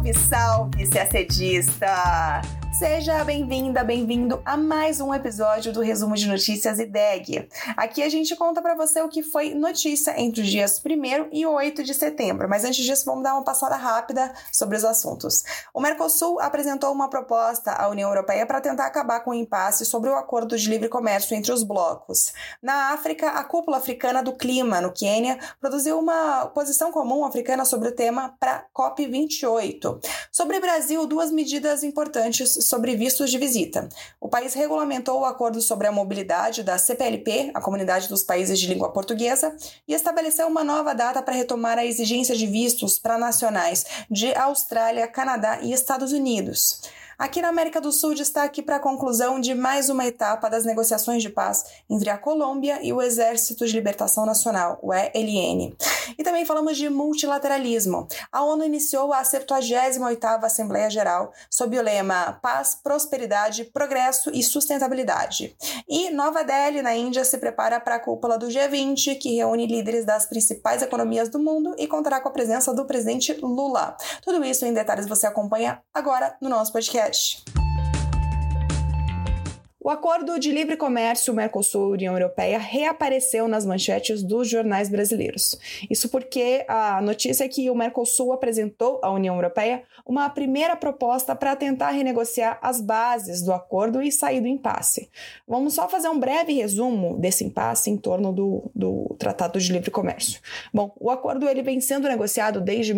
Salve, salve, CACDista! Seja bem-vinda, bem-vindo a mais um episódio do Resumo de Notícias IDEG. Aqui a gente conta para você o que foi notícia entre os dias 1º e 8 de setembro, mas antes disso vamos dar uma passada rápida sobre os assuntos. O Mercosul apresentou uma proposta à União Europeia para tentar acabar com o impasse sobre o acordo de livre comércio entre os blocos. Na África, a Cúpula Africana do Clima, no Quênia, produziu uma posição comum africana sobre o tema para a COP28. Sobre o Brasil, duas medidas importantes sobre vistos de visita. O país regulamentou o acordo sobre a mobilidade da CPLP, a Comunidade dos Países de Língua Portuguesa, e estabeleceu uma nova data para retomar a exigência de vistos para nacionais de Austrália, Canadá e Estados Unidos. Aqui na América do Sul, destaque para a conclusão de mais uma etapa das negociações de paz entre a Colômbia e o Exército de Libertação Nacional, o ELN. E também falamos de multilateralismo. A ONU iniciou a 78ª Assembleia Geral sob o lema Paz, Prosperidade, Progresso e Sustentabilidade. E Nova Delhi, na Índia, se prepara para a cúpula do G20, que reúne líderes das principais economias do mundo e contará com a presença do presidente Lula. Tudo isso em detalhes você acompanha agora no nosso podcast. O Acordo de Livre Comércio Mercosul-União Europeia reapareceu nas manchetes dos jornais brasileiros. Isso porque a notícia é que o Mercosul apresentou à União Europeia uma primeira proposta para tentar renegociar as bases do acordo e sair do impasse. Vamos só fazer um breve resumo desse impasse em torno do Tratado de Livre Comércio. Bom, o acordo ele vem sendo negociado desde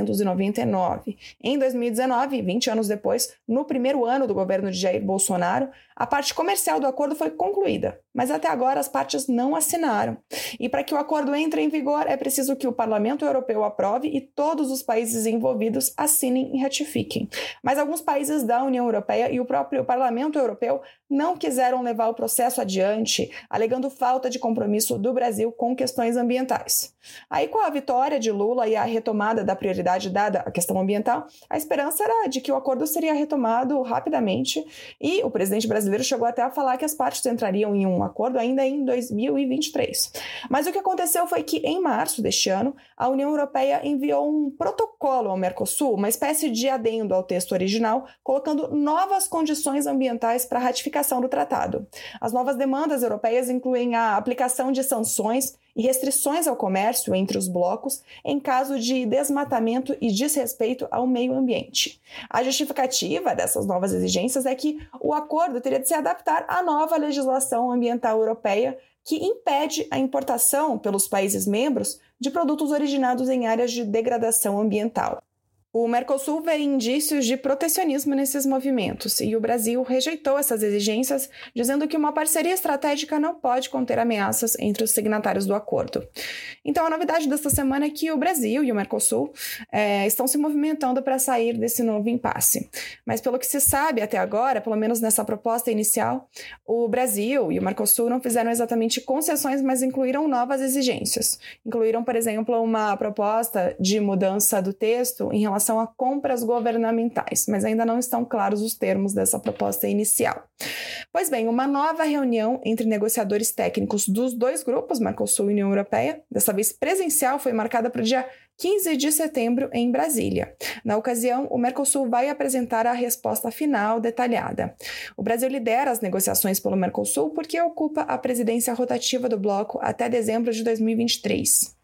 1999. Em 2019, 20 anos depois, no primeiro ano do governo de Jair Bolsonaro, a parte comercial do acordo foi concluída, mas até agora as partes não assinaram. E para que o acordo entre em vigor, é preciso que o Parlamento Europeu aprove e todos os países envolvidos assinem e ratifiquem. Mas alguns países da União Europeia e o próprio Parlamento Europeu não quiseram levar o processo adiante, alegando falta de compromisso do Brasil com questões ambientais. Aí, com a vitória de Lula e a retomada da prioridade dada à questão ambiental, a esperança era de que o acordo seria retomado rapidamente e o presidente brasileiro chegou até a falar que as partes entrariam em um acordo ainda em 2023. Mas o que aconteceu foi que, em março deste ano, a União Europeia enviou um protocolo ao Mercosul, uma espécie de adendo ao texto original, colocando novas condições ambientais para a ratificação do tratado. As novas demandas europeias incluem a aplicação de sanções e restrições ao comércio entre os blocos em caso de desmatamento e desrespeito ao meio ambiente. A justificativa dessas novas exigências é que o acordo teria de se adaptar à nova legislação ambiental europeia que impede a importação pelos países membros de produtos originados em áreas de degradação ambiental. O Mercosul vê indícios de protecionismo nesses movimentos e o Brasil rejeitou essas exigências, dizendo que uma parceria estratégica não pode conter ameaças entre os signatários do acordo. Então, a novidade desta semana é que o Brasil e o Mercosul estão se movimentando para sair desse novo impasse. Mas, pelo que se sabe até agora, pelo menos nessa proposta inicial, o Brasil e o Mercosul não fizeram exatamente concessões, mas incluíram novas exigências. Incluíram, por exemplo, uma proposta de mudança do texto em relação a compras governamentais, mas ainda não estão claros os termos dessa proposta inicial. Pois bem, uma nova reunião entre negociadores técnicos dos dois grupos, Mercosul e União Europeia, dessa vez presencial, foi marcada para o dia 15 de setembro em Brasília. Na ocasião, o Mercosul vai apresentar a resposta final detalhada. O Brasil lidera as negociações pelo Mercosul porque ocupa a presidência rotativa do bloco até dezembro de 2023.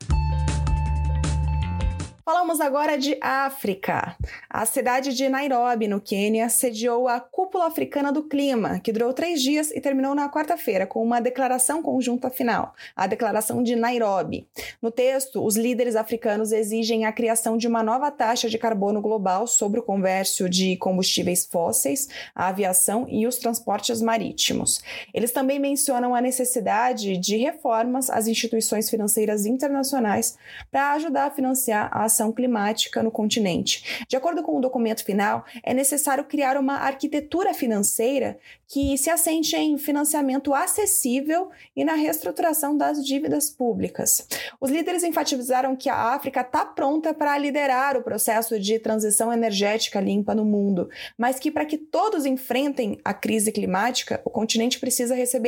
Falamos agora de África. A cidade de Nairobi, no Quênia, sediou a Cúpula Africana do Clima, que durou 3 dias e terminou na quarta-feira com uma declaração conjunta final, a Declaração de Nairobi. No texto, os líderes africanos exigem a criação de uma nova taxa de carbono global sobre o comércio de combustíveis fósseis, a aviação e os transportes marítimos. Eles também mencionam a necessidade de reformas às instituições financeiras internacionais para ajudar a financiar a ação climática no continente. De acordo com o documento final, é necessário criar uma arquitetura financeira que se assente em financiamento acessível e na reestruturação das dívidas públicas. Os líderes enfatizaram que a África está pronta para liderar o processo de transição energética limpa no mundo, mas que para que todos enfrentem a crise climática, o continente precisa receber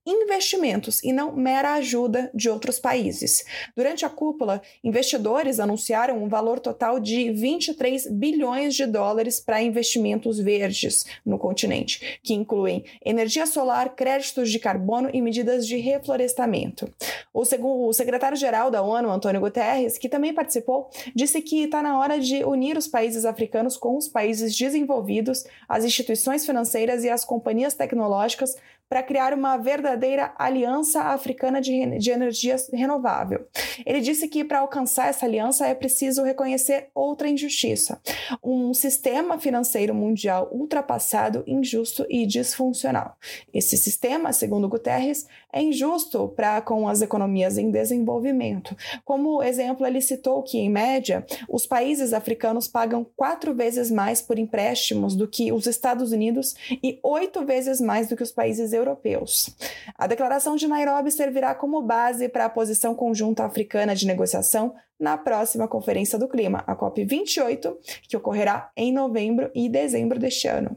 investimentos e não mera ajuda de outros países. Durante a cúpula, investidores anunciaram um valor total de 23 bilhões de dólares para investimentos verdes no continente, que incluem energia solar, créditos de carbono e medidas de reflorestamento. O secretário-geral da ONU, Antônio Guterres, que também participou, disse que está na hora de unir os países africanos com os países desenvolvidos, as instituições financeiras e as companhias tecnológicas para criar uma verdadeira aliança africana de energia renovável. Ele disse que para alcançar essa aliança é preciso reconhecer outra injustiça, um sistema financeiro mundial ultrapassado, injusto e disfuncional. Esse sistema, segundo Guterres, é injusto para com as economias em desenvolvimento. Como exemplo, ele citou que, em média, os países africanos pagam 4 vezes mais por empréstimos do que os Estados Unidos e 8 vezes mais do que os países europeus. A declaração de Nairobi servirá como base para a posição conjunta africana de negociação na próxima Conferência do Clima, a COP28, que ocorrerá em novembro e dezembro deste ano.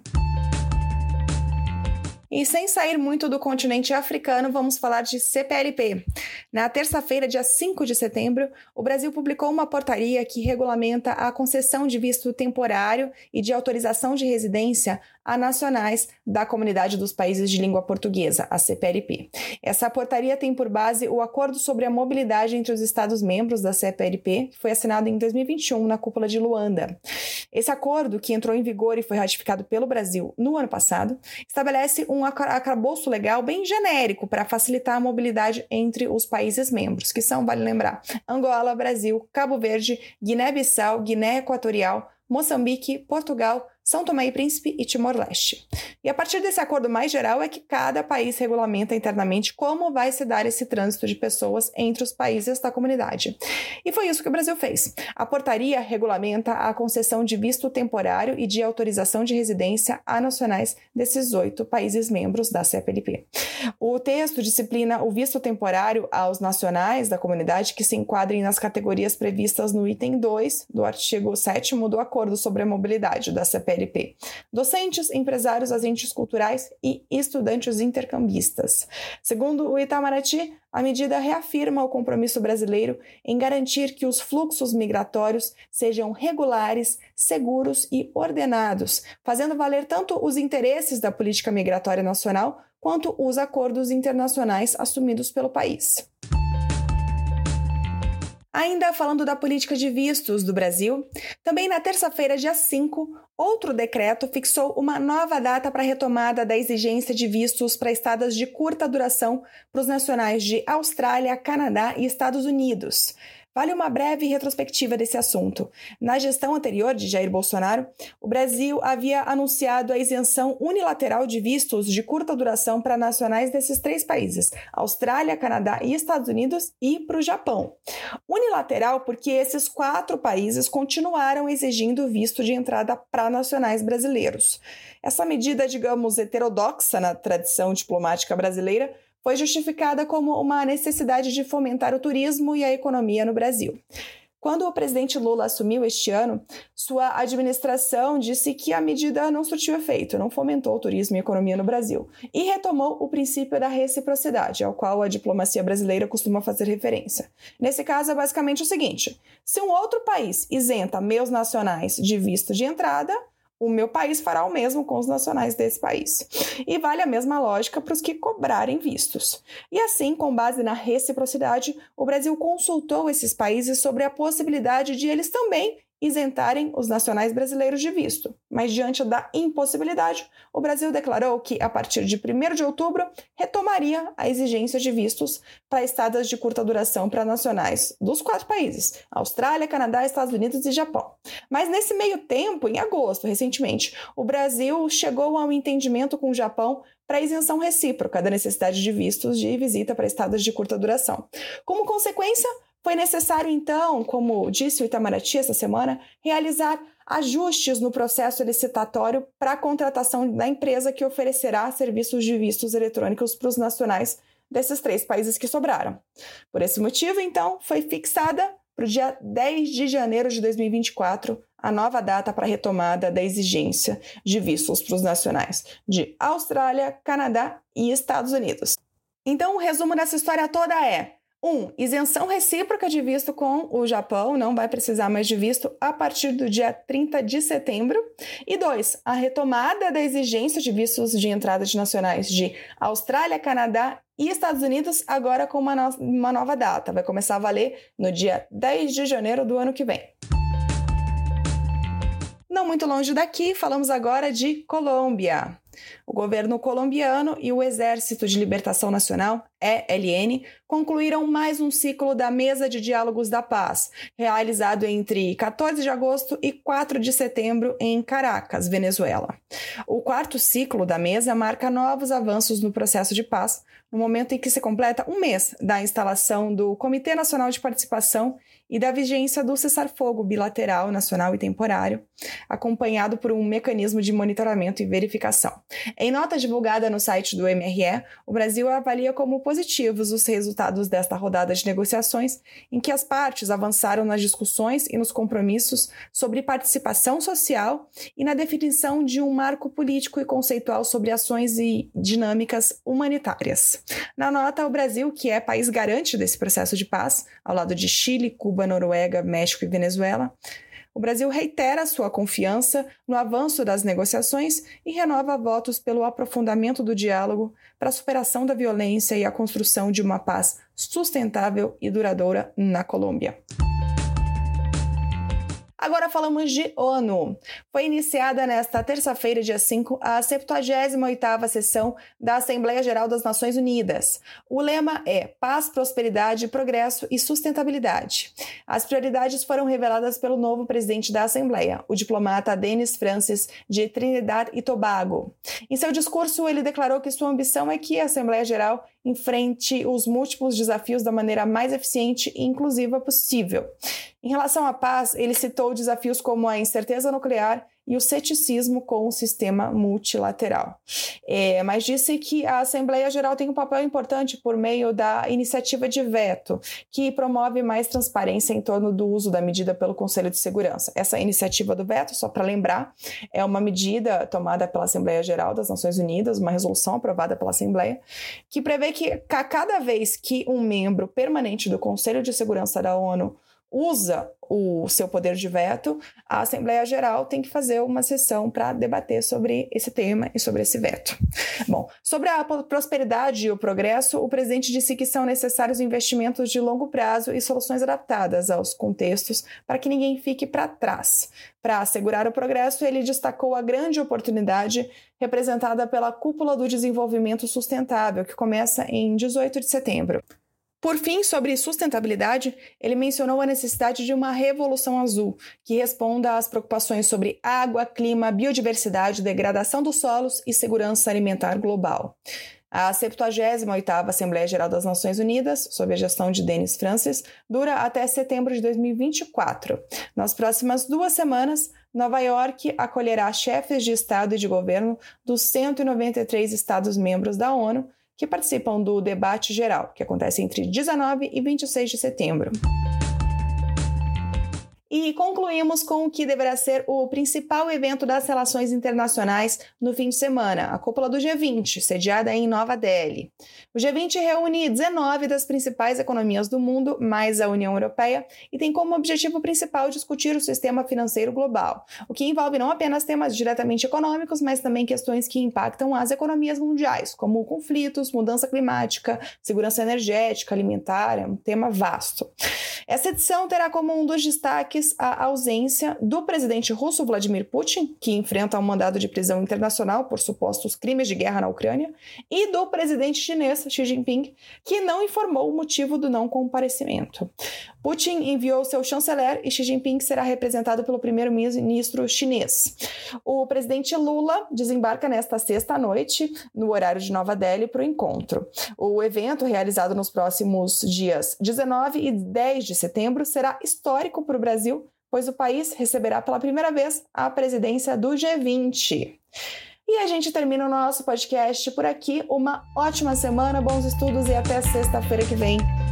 E sem sair muito do continente africano, vamos falar de CPLP. Na terça-feira, dia 5 de setembro, o Brasil publicou uma portaria que regulamenta a concessão de visto temporário e de autorização de residência a nacionais da Comunidade dos Países de Língua Portuguesa, a CPLP. Essa portaria tem por base o Acordo sobre a Mobilidade entre os Estados-membros da CPLP, que foi assinado em 2021 na cúpula de Luanda. Esse acordo, que entrou em vigor e foi ratificado pelo Brasil no ano passado, estabelece um arcabouço legal bem genérico para facilitar a mobilidade entre os países membros, que são, vale lembrar, Angola, Brasil, Cabo Verde, Guiné-Bissau, Guiné Equatorial, Moçambique, Portugal, São Tomé e Príncipe e Timor-Leste. E a partir desse acordo mais geral é que cada país regulamenta internamente como vai se dar esse trânsito de pessoas entre os países da comunidade. E foi isso que o Brasil fez. A portaria regulamenta a concessão de visto temporário e de autorização de residência a nacionais desses 8 países membros da CPLP. O texto disciplina o visto temporário aos nacionais da comunidade que se enquadrem nas categorias previstas no item 2 do artigo 7º do Acordo sobre a Mobilidade da CPLP. Docentes, empresários, agentes culturais e estudantes intercambistas. Segundo o Itamaraty, a medida reafirma o compromisso brasileiro em garantir que os fluxos migratórios sejam regulares, seguros e ordenados, fazendo valer tanto os interesses da política migratória nacional quanto os acordos internacionais assumidos pelo país. Ainda falando da política de vistos do Brasil, também na terça-feira, dia 5, outro decreto fixou uma nova data para a retomada da exigência de vistos para estadas de curta duração para os nacionais de Austrália, Canadá e Estados Unidos. Vale uma breve retrospectiva desse assunto. Na gestão anterior de Jair Bolsonaro, o Brasil havia anunciado a isenção unilateral de vistos de curta duração para nacionais desses 3 países, Austrália, Canadá e Estados Unidos, e para o Japão. Unilateral porque esses 4 países continuaram exigindo visto de entrada para nacionais brasileiros. Essa medida, digamos, heterodoxa na tradição diplomática brasileira, foi justificada como uma necessidade de fomentar o turismo e a economia no Brasil. Quando o presidente Lula assumiu este ano, sua administração disse que a medida não surtiu efeito, não fomentou o turismo e a economia no Brasil, e retomou o princípio da reciprocidade, ao qual a diplomacia brasileira costuma fazer referência. Nesse caso, é basicamente o seguinte: se um outro país isenta meus nacionais de visto de entrada, o meu país fará o mesmo com os nacionais desse país. E vale a mesma lógica para os que cobrarem vistos. E assim, com base na reciprocidade, o Brasil consultou esses países sobre a possibilidade de eles também isentarem os nacionais brasileiros de visto. Mas diante da impossibilidade, o Brasil declarou que, a partir de 1º de outubro, retomaria a exigência de vistos para estadas de curta duração para nacionais dos 4 países, Austrália, Canadá, Estados Unidos e Japão. Mas nesse meio tempo, em agosto, recentemente, o Brasil chegou a um entendimento com o Japão para isenção recíproca da necessidade de vistos de visita para estadas de curta duração. Como consequência, foi necessário, então, como disse o Itamaraty essa semana, realizar ajustes no processo licitatório para a contratação da empresa que oferecerá serviços de vistos eletrônicos para os nacionais desses 3 países que sobraram. Por esse motivo, então, foi fixada para o dia 10 de janeiro de 2024 a nova data para a retomada da exigência de vistos para os nacionais de Austrália, Canadá e Estados Unidos. Então, o resumo dessa história toda é: 1. Isenção recíproca de visto com o Japão, não vai precisar mais de visto a partir do dia 30 de setembro. E 2. A retomada da exigência de vistos de entrada de nacionais de Austrália, Canadá e Estados Unidos, agora com uma nova data. Vai começar a valer no dia 10 de janeiro do ano que vem. Não muito longe daqui, falamos agora de Colômbia. O governo colombiano e o Exército de Libertação Nacional, ELN, concluíram mais um ciclo da Mesa de Diálogos da Paz, realizado entre 14 de agosto e 4 de setembro em Caracas, Venezuela. O quarto ciclo da mesa marca novos avanços no processo de paz, no momento em que se completa um mês da instalação do Comitê Nacional de Participação e da vigência do cessar-fogo bilateral, nacional e temporário, acompanhado por um mecanismo de monitoramento e verificação. Em nota divulgada no site do MRE, o Brasil avalia como positivos os resultados desta rodada de negociações, em que as partes avançaram nas discussões e nos compromissos sobre participação social e na definição de um marco político e conceitual sobre ações e dinâmicas humanitárias. Na nota, o Brasil, que é país garante desse processo de paz, ao lado de Chile, Cuba, Noruega, México e Venezuela, o Brasil reitera sua confiança no avanço das negociações e renova votos pelo aprofundamento do diálogo para a superação da violência e a construção de uma paz sustentável e duradoura na Colômbia. Agora falamos de ONU. Foi iniciada nesta terça-feira, dia 5, a 78ª sessão da Assembleia Geral das Nações Unidas. O lema é Paz, Prosperidade, Progresso e Sustentabilidade. As prioridades foram reveladas pelo novo presidente da Assembleia, o diplomata Denis Francis, de Trinidad e Tobago. Em seu discurso, ele declarou que sua ambição é que a Assembleia Geral enfrente os múltiplos desafios da maneira mais eficiente e inclusiva possível. Em relação à paz, ele citou desafios como a incerteza nuclear e o ceticismo com o sistema multilateral. Mas disse que a Assembleia Geral tem um papel importante por meio da iniciativa de veto, que promove mais transparência em torno do uso da medida pelo Conselho de Segurança. Essa iniciativa do veto, só para lembrar, é uma medida tomada pela Assembleia Geral das Nações Unidas, uma resolução aprovada pela Assembleia, que prevê que a cada vez que um membro permanente do Conselho de Segurança da ONU usa o seu poder de veto, a Assembleia Geral tem que fazer uma sessão para debater sobre esse tema e sobre esse veto. Bom, sobre a prosperidade e o progresso, o presidente disse que são necessários investimentos de longo prazo e soluções adaptadas aos contextos para que ninguém fique para trás. Para assegurar o progresso, ele destacou a grande oportunidade representada pela Cúpula do Desenvolvimento Sustentável, que começa em 18 de setembro. Por fim, sobre sustentabilidade, ele mencionou a necessidade de uma revolução azul, que responda às preocupações sobre água, clima, biodiversidade, degradação dos solos e segurança alimentar global. A 78ª Assembleia Geral das Nações Unidas, sob a gestão de Denis Francis, dura até setembro de 2024. Nas próximas 2 semanas, Nova York acolherá chefes de Estado e de governo dos 193 Estados-membros da ONU, que participam do debate geral, que acontece entre 19 e 26 de setembro. E concluímos com o que deverá ser o principal evento das relações internacionais no fim de semana, a cúpula do G20, sediada em Nova Delhi. O G20 reúne 19 das principais economias do mundo, mais a União Europeia, e tem como objetivo principal discutir o sistema financeiro global, o que envolve não apenas temas diretamente econômicos, mas também questões que impactam as economias mundiais, como conflitos, mudança climática, segurança energética, alimentar, é um tema vasto. Essa edição terá como um dos destaques a ausência do presidente russo Vladimir Putin, que enfrenta um mandado de prisão internacional por supostos crimes de guerra na Ucrânia, e do presidente chinês Xi Jinping, que não informou o motivo do não comparecimento. Putin enviou seu chanceler e Xi Jinping será representado pelo primeiro-ministro chinês. O presidente Lula desembarca nesta sexta-noite, no horário de Nova Delhi, para o encontro. O evento, realizado nos próximos dias 19 e 10 de setembro, será histórico para o Brasil, pois o país receberá pela primeira vez a presidência do G20. E a gente termina o nosso podcast por aqui. Uma ótima semana, bons estudos e até sexta-feira que vem.